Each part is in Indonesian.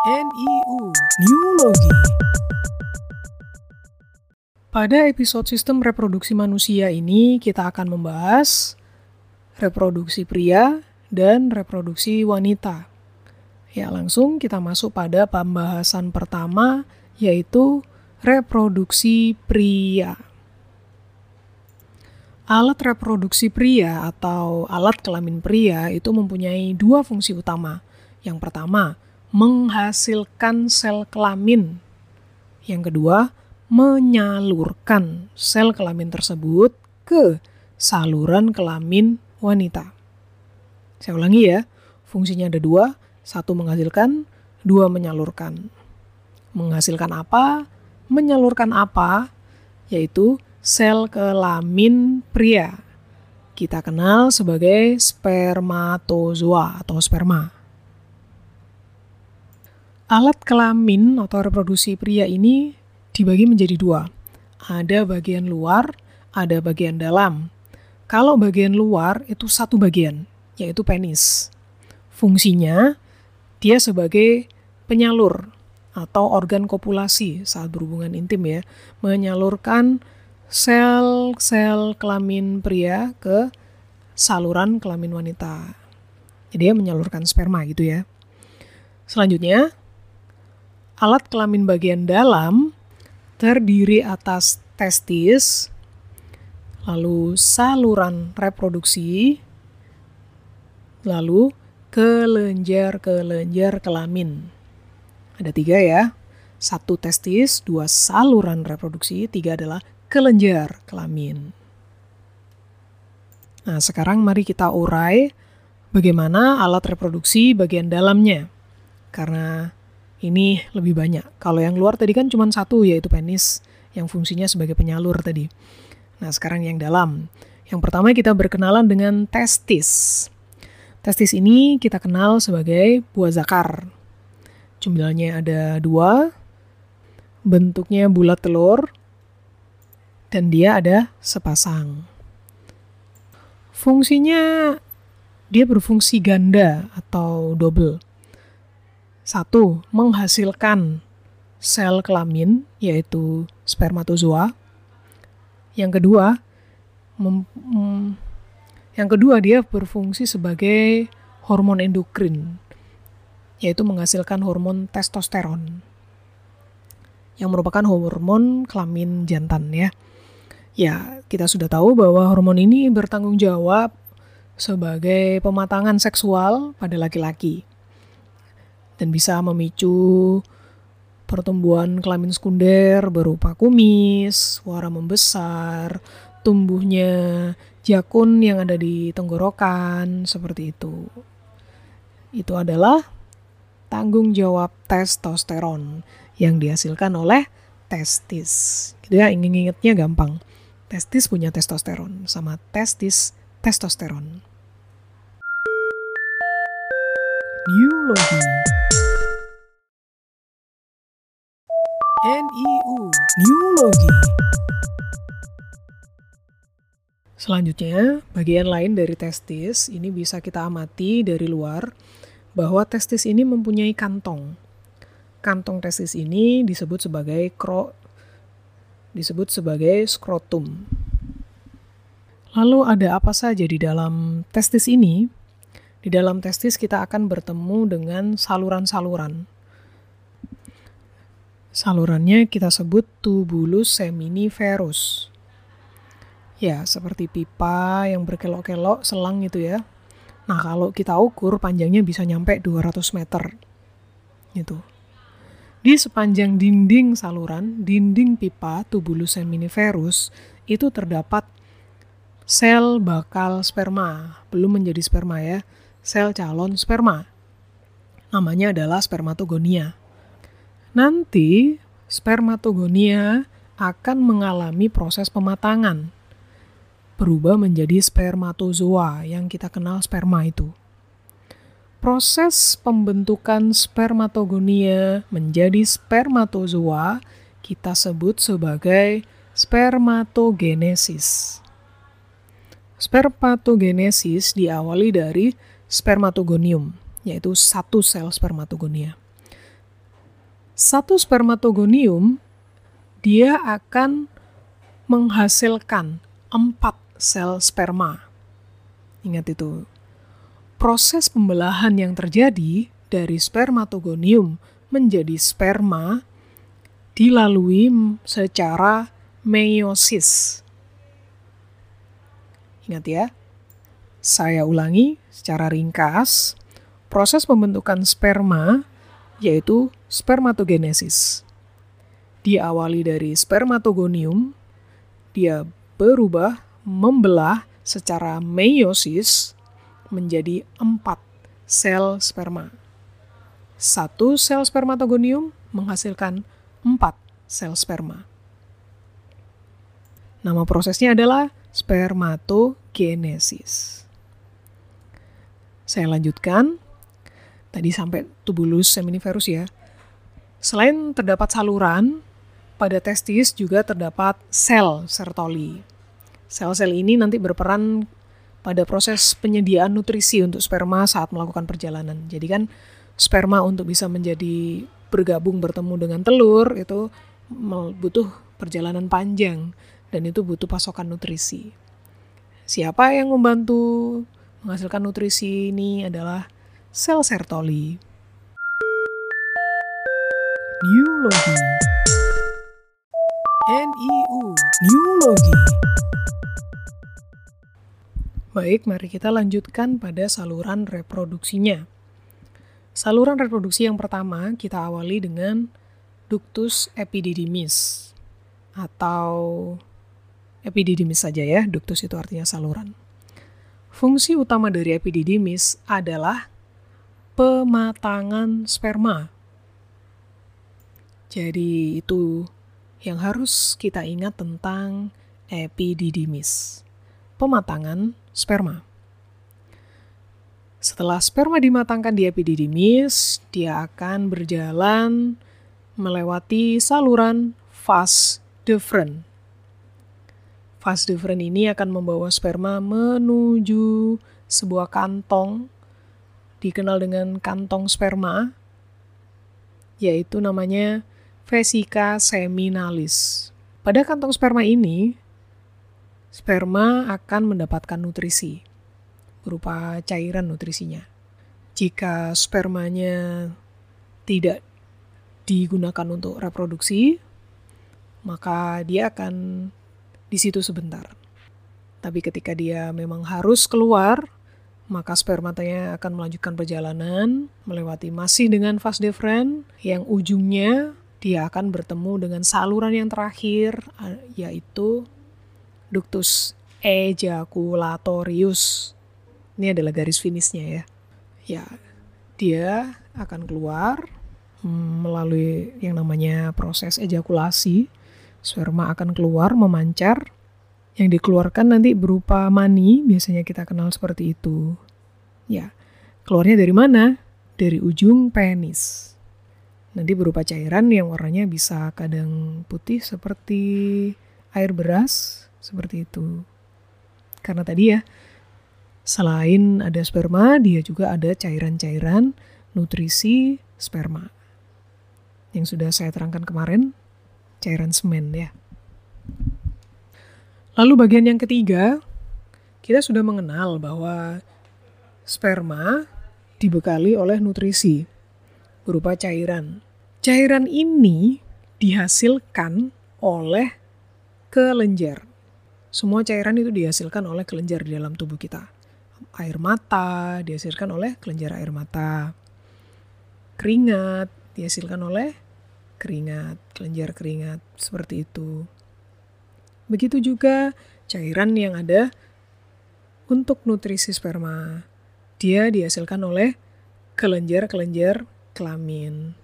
NIU Neurologi. Pada episode sistem reproduksi manusia ini kita akan membahas reproduksi pria dan reproduksi wanita. Ya, langsung kita masuk pada pembahasan pertama, yaitu reproduksi pria. Alat reproduksi pria atau alat kelamin pria itu mempunyai dua fungsi utama. Yang pertama, menghasilkan sel kelamin. Yang kedua, menyalurkan sel kelamin tersebut ke saluran kelamin wanita. Saya ulangi ya, fungsinya ada dua, satu menghasilkan, dua menyalurkan. Menghasilkan apa? Menyalurkan apa? Yaitu sel kelamin pria. Kita kenal sebagai spermatozoa atau sperma. Alat kelamin atau reproduksi pria ini dibagi menjadi dua. Ada bagian luar, ada bagian dalam. Kalau bagian luar itu satu bagian, yaitu penis. Fungsinya, dia sebagai penyalur atau organ kopulasi saat berhubungan intim ya. Menyalurkan sel-sel kelamin pria ke saluran kelamin wanita. Jadi dia menyalurkan sperma gitu ya. Selanjutnya, alat kelamin bagian dalam terdiri atas testis, lalu saluran reproduksi, lalu kelenjar-kelenjar kelamin. Ada tiga ya, satu testis, dua saluran reproduksi, tiga adalah kelenjar kelamin. Nah, sekarang mari kita urai bagaimana alat reproduksi bagian dalamnya. Karena ini lebih banyak. Kalau yang luar tadi kan cuma satu, yaitu penis, yang fungsinya sebagai penyalur tadi. Nah, sekarang yang dalam. Yang pertama kita berkenalan dengan testis. Testis ini kita kenal sebagai buah zakar. Jumlahnya ada 2, bentuknya bulat telur, dan dia ada sepasang. Fungsinya, dia berfungsi ganda atau double. 1. Menghasilkan sel kelamin, yaitu spermatozoa. Yang kedua, dia berfungsi sebagai hormon endokrin, yaitu menghasilkan hormon testosteron, yang merupakan hormon kelamin jantan ya. Ya, kita sudah tahu bahwa hormon ini bertanggung jawab sebagai pematangan seksual pada laki-laki dan bisa memicu pertumbuhan kelamin sekunder berupa kumis, suara membesar, tumbuhnya jakun yang ada di tenggorokan, seperti itu. Itu adalah tanggung jawab testosteron yang dihasilkan oleh testis. Gitu ya, ingat-ingatnya gampang. Testis punya testosteron, sama testis testosteron. Neurologi. NIU Neurologi. Selanjutnya, bagian lain dari testis ini bisa kita amati dari luar bahwa testis ini mempunyai kantong. Kantong testis ini disebut sebagai skrotum. Lalu ada apa saja di dalam testis ini? Di dalam testis kita akan bertemu dengan saluran-saluran. Salurannya kita sebut tubulus seminiferus. Ya, seperti pipa yang berkelok-kelok, selang gitu ya. Nah, kalau kita ukur panjangnya bisa nyampe 200 meter. Gitu. Di sepanjang dinding saluran, dinding pipa tubulus seminiferus, itu terdapat sel bakal sperma. Belum menjadi sperma ya. Sel calon sperma. Namanya adalah spermatogonia. Nanti spermatogonia akan mengalami proses pematangan, berubah menjadi spermatozoa yang kita kenal sperma itu. Proses pembentukan spermatogonia menjadi spermatozoa kita sebut sebagai spermatogenesis. Spermatogenesis diawali dari spermatogonium, yaitu satu sel spermatogonia. Satu spermatogonium, dia akan menghasilkan 4 sel sperma. Ingat itu. Proses pembelahan yang terjadi dari spermatogonium menjadi sperma dilalui secara meiosis. Ingat ya, saya ulangi secara ringkas, proses pembentukan sperma yaitu spermatogenesis. Diawali dari spermatogonium, dia berubah membelah secara meiosis menjadi 4 sel sperma. Satu sel spermatogonium menghasilkan 4 sel sperma. Nama prosesnya adalah spermatogenesis. Saya lanjutkan. Tadi sampai tubulus seminiferus ya. Selain terdapat saluran, pada testis juga terdapat sel Sertoli. Sel-sel ini nanti berperan pada proses penyediaan nutrisi untuk sperma saat melakukan perjalanan. Jadi kan sperma untuk bisa menjadi bergabung bertemu dengan telur itu butuh perjalanan panjang dan itu butuh pasokan nutrisi. Siapa yang membantu menghasilkan nutrisi ini adalah sel Sertoli. Neurologi. NIU. Neurologi. Baik, mari kita lanjutkan pada saluran reproduksinya. Saluran reproduksi yang pertama kita awali dengan ductus epididymis atau epididymis saja ya, ductus itu artinya saluran. Fungsi utama dari epididymis adalah pematangan sperma. Jadi itu yang harus kita ingat tentang epididymis. Pematangan sperma. Setelah sperma dimatangkan di epididymis, dia akan berjalan melewati saluran vas deferens. Vas deferens ini akan membawa sperma menuju sebuah kantong, dikenal dengan kantong sperma, yaitu namanya vesica seminalis. Pada kantong sperma ini, sperma akan mendapatkan nutrisi berupa cairan nutrisinya. Jika spermanya tidak digunakan untuk reproduksi, maka dia akan di situ sebentar. Tapi ketika dia memang harus keluar, maka spermatanya akan melanjutkan perjalanan melewati masih dengan vas deferens yang ujungnya dia akan bertemu dengan saluran yang terakhir, yaitu ductus ejaculatorius. Ini adalah garis finishnya ya. Ya, dia akan keluar melalui yang namanya proses ejakulasi. Sperma akan keluar memancar. Yang dikeluarkan nanti berupa mani, biasanya kita kenal seperti itu. Ya, keluarnya dari mana? Dari ujung penis. Nanti berupa cairan yang warnanya bisa kadang putih seperti air beras, seperti itu. Karena tadi ya, selain ada sperma, dia juga ada cairan-cairan nutrisi sperma. Yang sudah saya terangkan kemarin, cairan semen ya. Lalu bagian yang ketiga, kita sudah mengenal bahwa sperma dibekali oleh nutrisi berupa cairan. Cairan ini dihasilkan oleh kelenjar. Semua cairan itu dihasilkan oleh kelenjar di dalam tubuh kita. Air mata dihasilkan oleh kelenjar air mata. Keringat dihasilkan oleh keringat, kelenjar keringat, seperti itu. Begitu juga cairan yang ada untuk nutrisi sperma. Dia dihasilkan oleh kelenjar-kelenjar kelamin.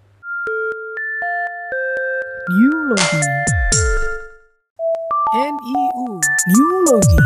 Neurologi. NIU. Neurologi.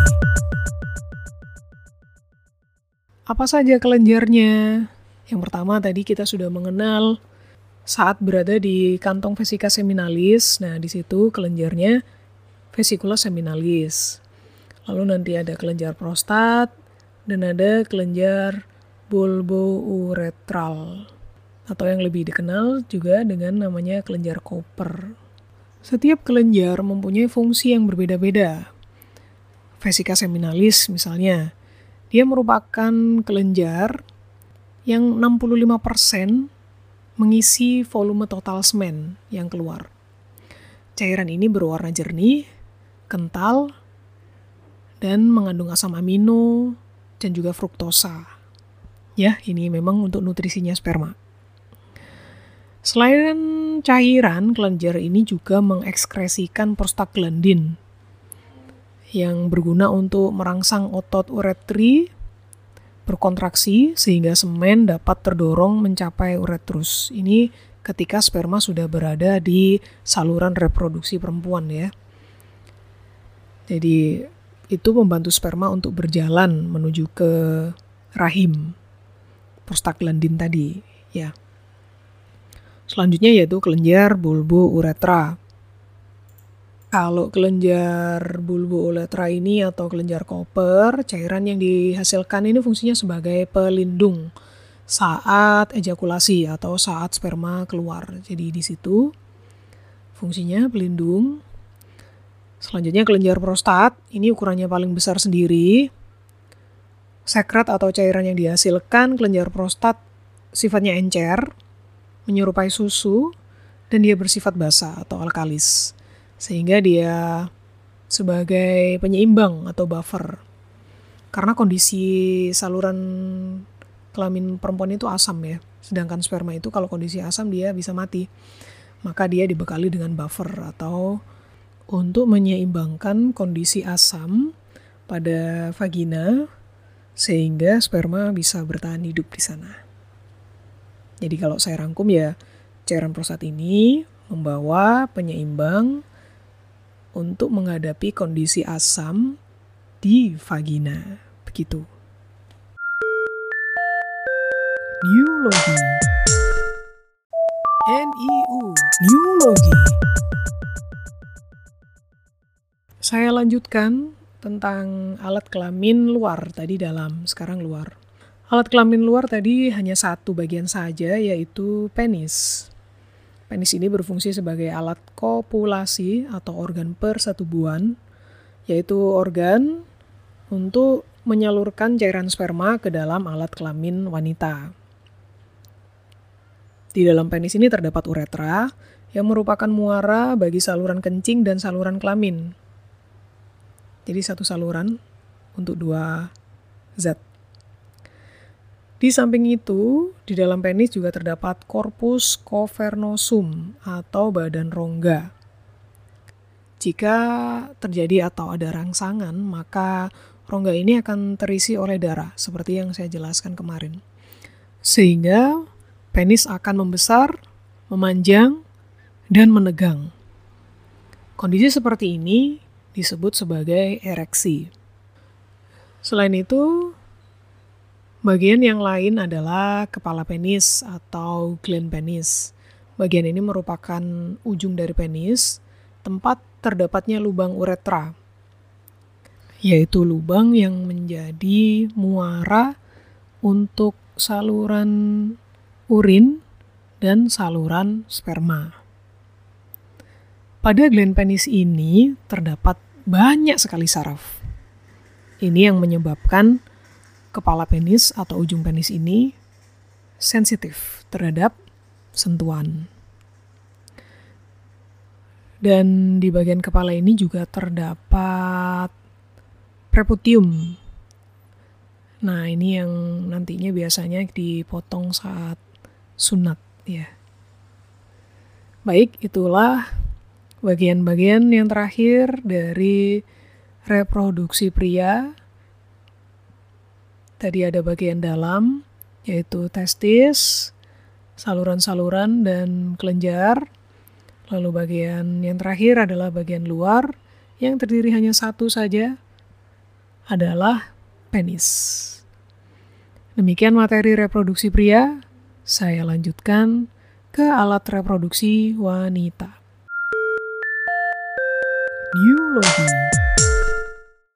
Apa saja kelenjarnya? Yang pertama tadi kita sudah mengenal saat berada di kantong vesica seminalis. Nah, di situ kelenjarnya vesicula seminalis. Lalu nanti ada kelenjar prostat dan ada kelenjar bulbouretral atau yang lebih dikenal juga dengan namanya kelenjar Cooper. Setiap kelenjar mempunyai fungsi yang berbeda-beda. Vesica seminalis misalnya, dia merupakan kelenjar yang 65% mengisi volume total semen yang keluar. Cairan ini berwarna jernih, kental, dan mengandung asam amino dan juga fruktosa. Ya, ini memang untuk nutrisinya sperma. Selain cairan, kelenjar ini juga mengekskresikan prostaglandin yang berguna untuk merangsang otot uretri berkontraksi sehingga semen dapat terdorong mencapai uretrus. Ini ketika sperma sudah berada di saluran reproduksi perempuan ya. Jadi itu membantu sperma untuk berjalan menuju ke rahim. Prostaglandin tadi ya. Selanjutnya yaitu kelenjar bulbo-uretra. Kalau kelenjar bulbo-uretra ini atau kelenjar Cooper, cairan yang dihasilkan ini fungsinya sebagai pelindung saat ejakulasi atau saat sperma keluar. Jadi di situ fungsinya pelindung. Selanjutnya kelenjar prostat, ini ukurannya paling besar sendiri. Sekret atau cairan yang dihasilkan kelenjar prostat sifatnya encer, menyerupai susu, dan dia bersifat basa atau alkalis. Sehingga dia sebagai penyeimbang atau buffer. Karena kondisi saluran kelamin perempuan itu asam ya. Sedangkan sperma itu kalau kondisi asam dia bisa mati. Maka dia dibekali dengan buffer atau untuk menyeimbangkan kondisi asam pada vagina sehingga sperma bisa bertahan hidup di sana. Jadi kalau saya rangkum ya, cairan prostat ini membawa penyeimbang untuk menghadapi kondisi asam di vagina. Begitu. Neurologi. NIU. Neurologi. Saya lanjutkan tentang alat kelamin luar, tadi dalam, sekarang luar. Alat kelamin luar tadi hanya satu bagian saja, yaitu penis. Penis ini berfungsi sebagai alat kopulasi atau organ persetubuhan, yaitu organ untuk menyalurkan cairan sperma ke dalam alat kelamin wanita. Di dalam penis ini terdapat uretra, yang merupakan muara bagi saluran kencing dan saluran kelamin. Jadi satu saluran untuk dua zat. Di samping itu, di dalam penis juga terdapat corpus cavernosum atau badan rongga. Jika terjadi atau ada rangsangan, maka rongga ini akan terisi oleh darah, seperti yang saya jelaskan kemarin. Sehingga penis akan membesar, memanjang, dan menegang. Kondisi seperti ini disebut sebagai ereksi. Selain itu, bagian yang lain adalah kepala penis atau gland penis. Bagian ini merupakan ujung dari penis, tempat terdapatnya lubang uretra, yaitu lubang yang menjadi muara untuk saluran urin dan saluran sperma. Pada gland penis ini terdapat banyak sekali saraf. Ini yang menyebabkan kepala penis atau ujung penis ini sensitif terhadap sentuhan. Dan di bagian kepala ini juga terdapat preputium. Nah, ini yang nantinya biasanya dipotong saat sunat ya. Baik, itulah bagian-bagian yang terakhir dari reproduksi pria. Tadi ada bagian dalam, yaitu testis, saluran-saluran, dan kelenjar. Lalu bagian yang terakhir adalah bagian luar, yang terdiri hanya satu saja, adalah penis. Demikian materi reproduksi pria, saya lanjutkan ke alat reproduksi wanita. Neurologi.